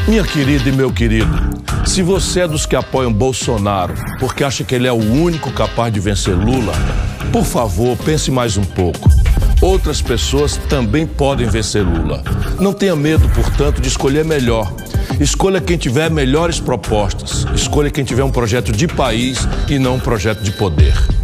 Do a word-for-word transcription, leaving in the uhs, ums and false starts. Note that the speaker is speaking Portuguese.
Minha querida e meu querido, se você é dos que apoiam Bolsonaro porque acha que ele é o único capaz de vencer Lula, por favor, pense mais um pouco. Outras pessoas também podem vencer Lula. Não tenha medo, portanto, de escolher melhor. Escolha quem tiver melhores propostas. Escolha quem tiver um projeto de país e não um projeto de poder.